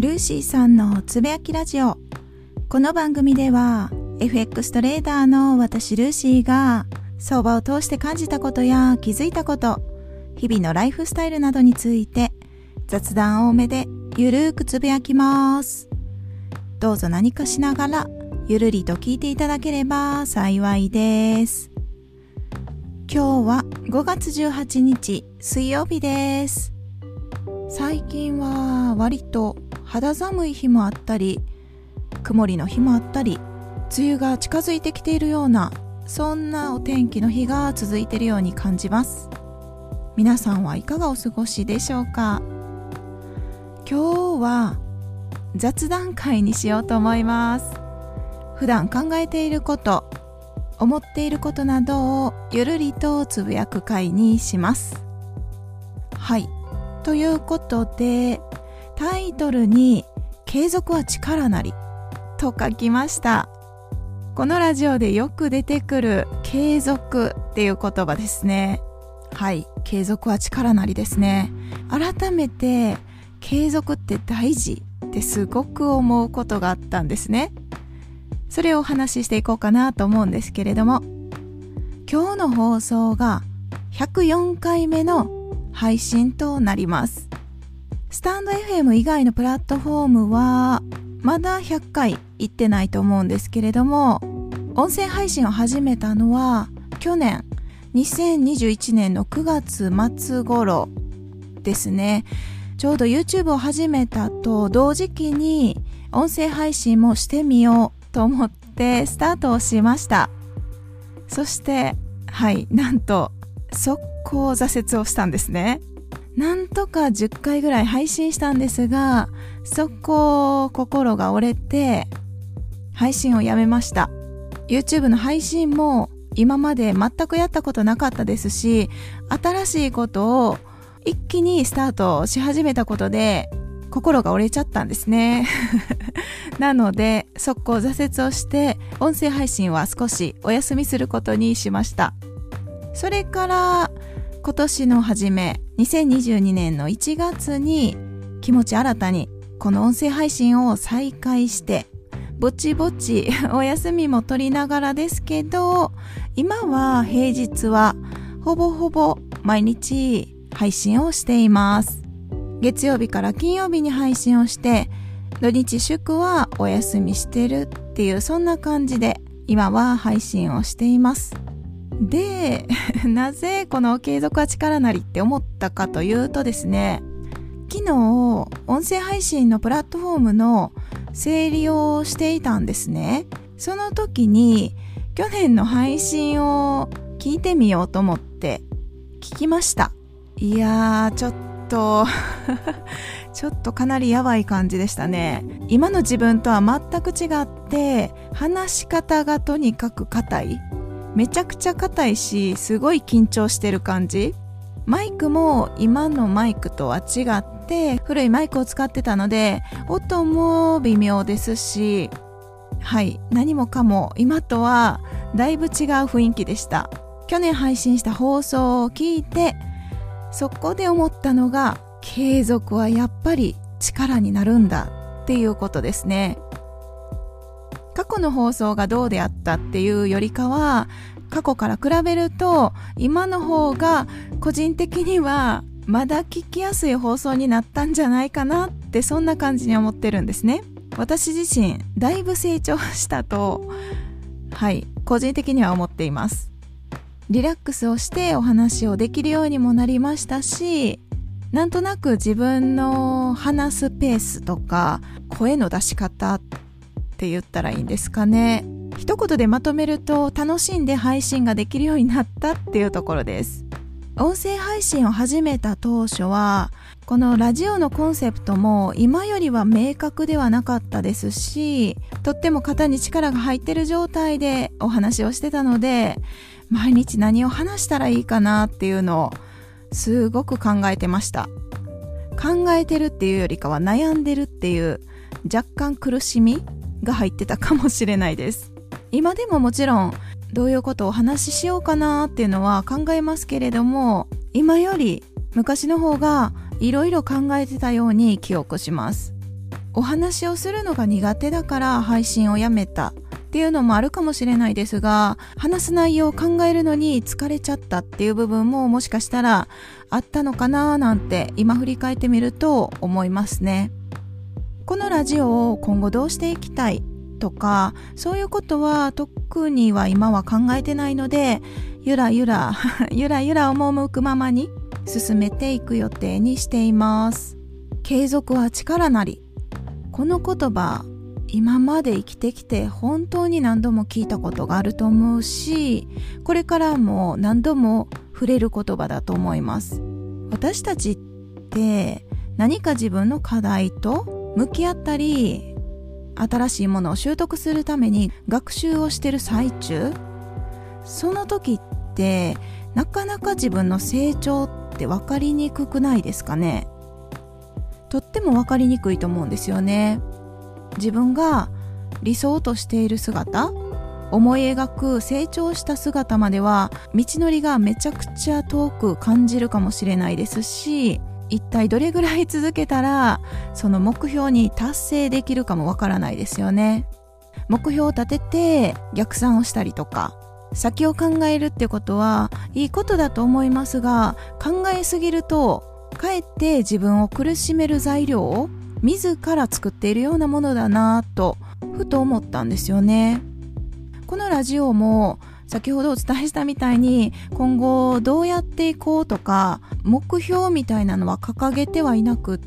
ルーシーさんのつぶやきラジオ。この番組では FX トレーダーの私ルーシーが相場を通して感じたことや気づいたこと、日々のライフスタイルなどについて雑談多めでゆるーくつぶやきます。どうぞ何かしながらゆるりと聞いていただければ幸いです。今日は5月18日水曜日です。最近は割と肌寒い日もあったり、曇りの日もあったり、梅雨が近づいてきているような、そんなお天気の日が続いているように感じます。皆さんはいかがお過ごしでしょうか。今日は雑談会にしようと思います。普段考えていること、思っていることなどをゆるりとつぶやく会にします。はい。ということで、タイトルに継続は力なりと書きました。このラジオでよく出てくる継続っていう言葉ですね。はい。継続は力なりですね。改めて継続って大事ってすごく思うことがあったんですね。それをお話ししていこうかなと思うんですけれども、今日の放送が104回目の配信となります。スタンド FM 以外のプラットフォームはまだ100回行ってないと思うんですけれども、音声配信を始めたのは去年2021年の9月末頃ですね。ちょうど YouTube を始めたと同時期に音声配信もしてみようと思ってスタートをしました。そしてなんと速攻挫折をしたんですね。なんとか10回ぐらい配信したんですが、速攻心が折れて配信をやめました。 YouTube の配信も今まで全くやったことなかったですし、新しいことを一気にスタートし始めたことで心が折れちゃったんですねなので速攻挫折をして音声配信は少しお休みすることにしました。それから今年の初め2022年の1月に気持ち新たにこの音声配信を再開して、ぼちぼちお休みも取りながらですけど、今は平日はほぼほぼ毎日配信をしています。月曜日から金曜日に配信をして、土日祝はお休みしてるっていう、そんな感じで今は配信をしています。で、なぜこの継続は力なりって思ったかというとですね、昨日音声配信のプラットフォームの整理をしていたんですね。その時に去年の配信を聞いてみようと思って聞きました。いやー、ちょっとかなりやばい感じでしたね。今の自分とは全く違って、話し方がとにかく硬い。めちゃくちゃ硬いし、すごい緊張してる感じ。マイクも今のマイクとは違って古いマイクを使ってたので、音も微妙ですし、何もかも今とはだいぶ違う雰囲気でした。去年配信した放送を聞いて、そこで思ったのが、継続はやっぱり力になるんだっていうことですね。過去の放送がどうであったっていうよりかは、過去から比べると今の方が個人的にはまだ聞きやすい放送になったんじゃないかなって、そんな感じに思ってるんですね。私自身だいぶ成長したと個人的には思っています。リラックスをしてお話をできるようにもなりましたし、なんとなく自分の話すペースとか声の出し方って言ったらいいんですかね。一言でまとめると、楽しんで配信ができるようになったっていうところです。音声配信を始めた当初は、このラジオのコンセプトも今よりは明確ではなかったですし、とっても肩に力が入ってる状態でお話をしてたので、毎日何を話したらいいかなっていうのをすごく考えてました。考えてるっていうよりかは悩んでるっていう若干苦しみが入ってたかもしれないです。今でももちろんどういうことをお話ししようかなっていうのは考えますけれども、今より昔の方がいろいろ考えてたように記憶します。 お話をするのが苦手だから配信をやめたっていうのもあるかもしれないですが、話す内容を考えるのに疲れちゃったっていう部分ももしかしたらあったのかななんて今振り返ってみると思いますね。このラジオを今後どうしていきたいとか、そういうことは特には今は考えてないので、ゆらゆら赴くままに進めていく予定にしています。継続は力なり。この言葉、今まで生きてきて本当に何度も聞いたことがあると思うし、これからも何度も触れる言葉だと思います。私たちって何か自分の課題と向き合ったり、新しいものを習得するために学習をしている最中、その時ってなかなか自分の成長って分かりにくくないですかね。とっても分かりにくいと思うんですよね。自分が理想としている姿、思い描く成長した姿までは道のりがめちゃくちゃ遠く感じるかもしれないですし、一体どれぐらい続けたらその目標に達成できるかもわからないですよね。目標を立てて逆算をしたりとか、先を考えるってことはいいことだと思いますが、考えすぎるとかえって自分を苦しめる材料を自ら作っているようなものだなぁとふと思ったんですよね。このラジオも先ほどお伝えしたみたいに、今後どうやっていこうとか目標みたいなのは掲げてはいなくって、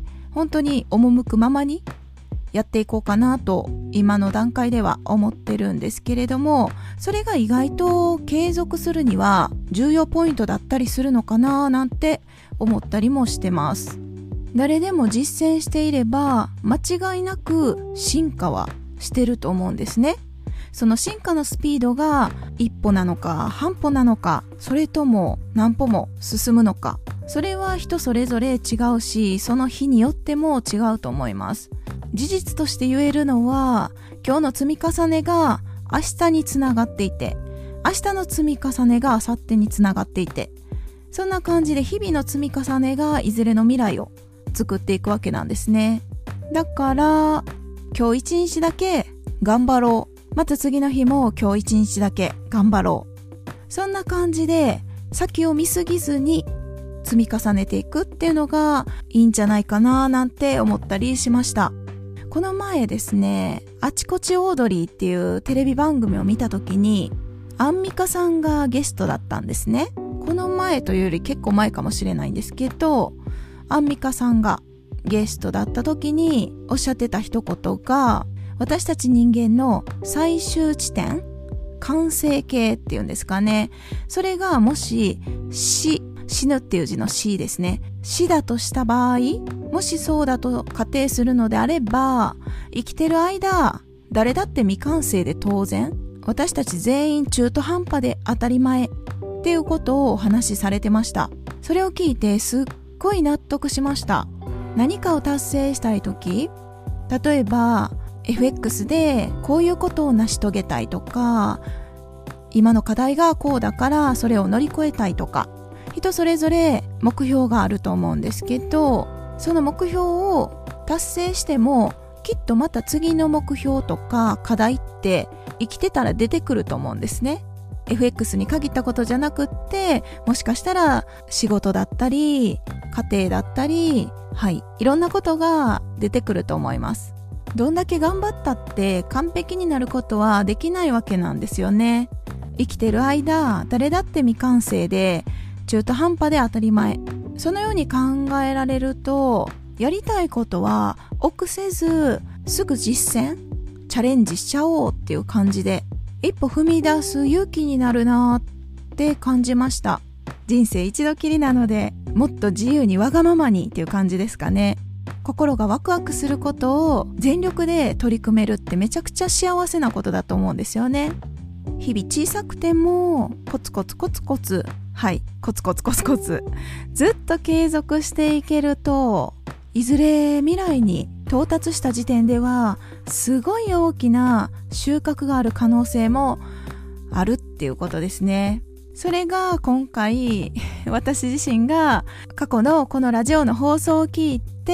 本当に赴くままにやっていこうかなと今の段階では思ってるんですけれども、それが意外と継続するには重要ポイントだったりするのかななんて思ったりもしてます。誰でも実践していれば間違いなく進化はしてると思うんですね。その進化のスピードが一歩なのか半歩なのか、それとも何歩も進むのか、それは人それぞれ違うし、その日によっても違うと思います。事実として言えるのは、今日の積み重ねが明日につながっていて、明日の積み重ねが明後日につながっていて、そんな感じで日々の積み重ねがいずれの未来を作っていくわけなんですね。だから今日一日だけ頑張ろう、また次の日も今日一日だけ頑張ろう、そんな感じで先を見すぎずに積み重ねていくっていうのがいいんじゃないかななんて思ったりしました。この前ですね、あちこちオードリーっていうテレビ番組を見た時にアンミカさんがゲストだったんですね。この前というより結構前かもしれないんですけど、アンミカさんがゲストだった時におっしゃってた一言が、私たち人間の最終地点、完成形っていうんですかね、それがもし死ぬっていう字の死ですね、死だとした場合、もしそうだと仮定するのであれば、生きてる間誰だって未完成で当然、私たち全員中途半端で当たり前っていうことをお話しされてました。それを聞いてすっごい納得しました。何かを達成したいとき、例えば FX でこういうことを成し遂げたいとか、今の課題がこうだからそれを乗り越えたいとか、人それぞれ目標があると思うんですけど、その目標を達成してもきっとまた次の目標とか課題って生きてたら出てくると思うんですね。FX に限ったことじゃなくって、もしかしたら仕事だったり家庭だったり、いろんなことが出てくると思います。どんだけ頑張ったって完璧になることはできないわけなんですよね。生きてる間誰だって未完成で中途半端で当たり前、そのように考えられると、やりたいことは臆せずすぐ実践チャレンジしちゃおうっていう感じで一歩踏み出す勇気になるなって感じました。人生一度きりなので、もっと自由にわがままにっていう感じですかね。心がワクワクすることを全力で取り組めるってめちゃくちゃ幸せなことだと思うんですよね。日々小さくてもコツコツコツコツ、コツコツコツコツずっと継続していけると、いずれ未来に到達した時点ではすごい大きな収穫がある可能性もあるっていうことですね。それが今回私自身が過去のこのラジオの放送を聞いて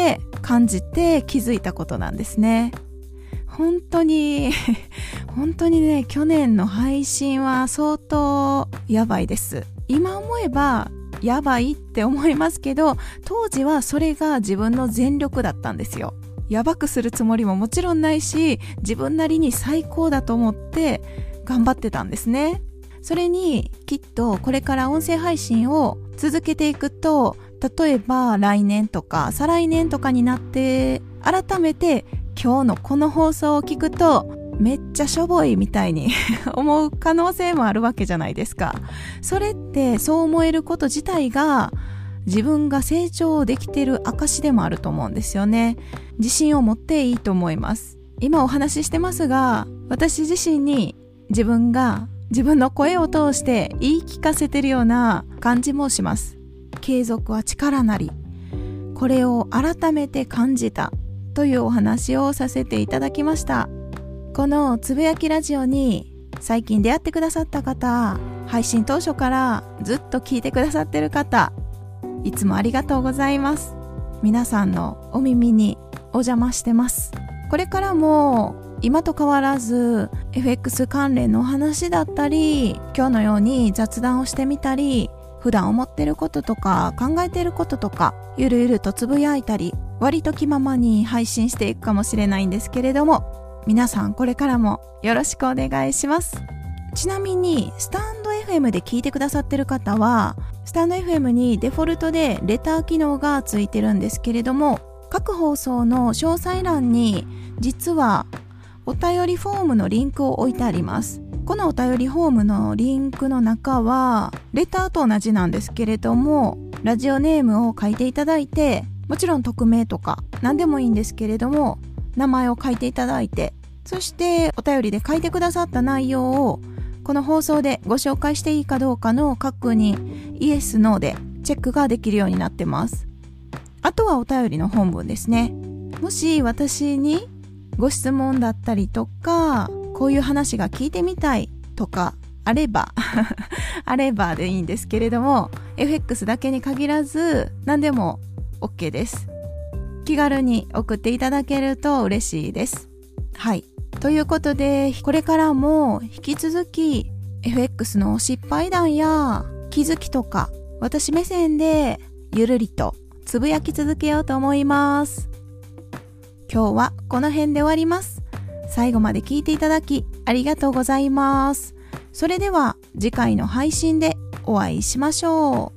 感じて気づいたことなんですね。本当にね、去年の配信は相当やばいです。今思えばやばいって思いますけど、当時はそれが自分の全力だったんですよ。やばくするつもりももちろんないし、自分なりに最高だと思って頑張ってたんですね。それにきっとこれから音声配信を続けていくと、例えば来年とか再来年とかになって改めて今日のこの放送を聞くとめっちゃしょぼいみたいに思う可能性もあるわけじゃないですか。それってそう思えること自体が自分が成長できている証でもあると思うんですよね。自信を持っていいと思います。今お話ししてますが、私自身に自分が自分の声を通して言い聞かせてるような感じもします。継続は力なり、これを改めて感じたというお話をさせていただきました。このつぶやきラジオに最近出会ってくださった方、配信当初からずっと聞いてくださってる方、いつもありがとうございます。皆さんのお耳にお邪魔してます。これからも今と変わらず FX 関連のお話だったり、今日のように雑談をしてみたり、普段思ってることとか考えてることとかゆるゆるとつぶやいたり、割と気ままに配信していくかもしれないんですけれども、皆さんこれからもよろしくお願いします。ちなみにスタンド FM で聞いてくださってる方は、スタンド FM にデフォルトでレター機能がついてるんですけれども、各放送の詳細欄に実はお便りフォームのリンクを置いてあります。このお便りフォームのリンクの中はレターと同じなんですけれども、ラジオネームを書いていただいて、もちろん匿名とか何でもいいんですけれども、名前を書いていただいて、そしてお便りで書いてくださった内容をこの放送でご紹介していいかどうかの確認、イエス・ノーでチェックができるようになってます。あとはお便りの本文ですね。もし私にご質問だったりとか、こういう話が聞いてみたいとかあればあればでいいんですけれども、 FX だけに限らず何でも OK です。気軽に送っていただけると嬉しいです。はい、ということでこれからも引き続き FX の失敗談や気づきとか私目線でゆるりとつぶやき続けようと思います。今日はこの辺で終わります。最後まで聞いていただきありがとうございます。それでは次回の配信でお会いしましょう。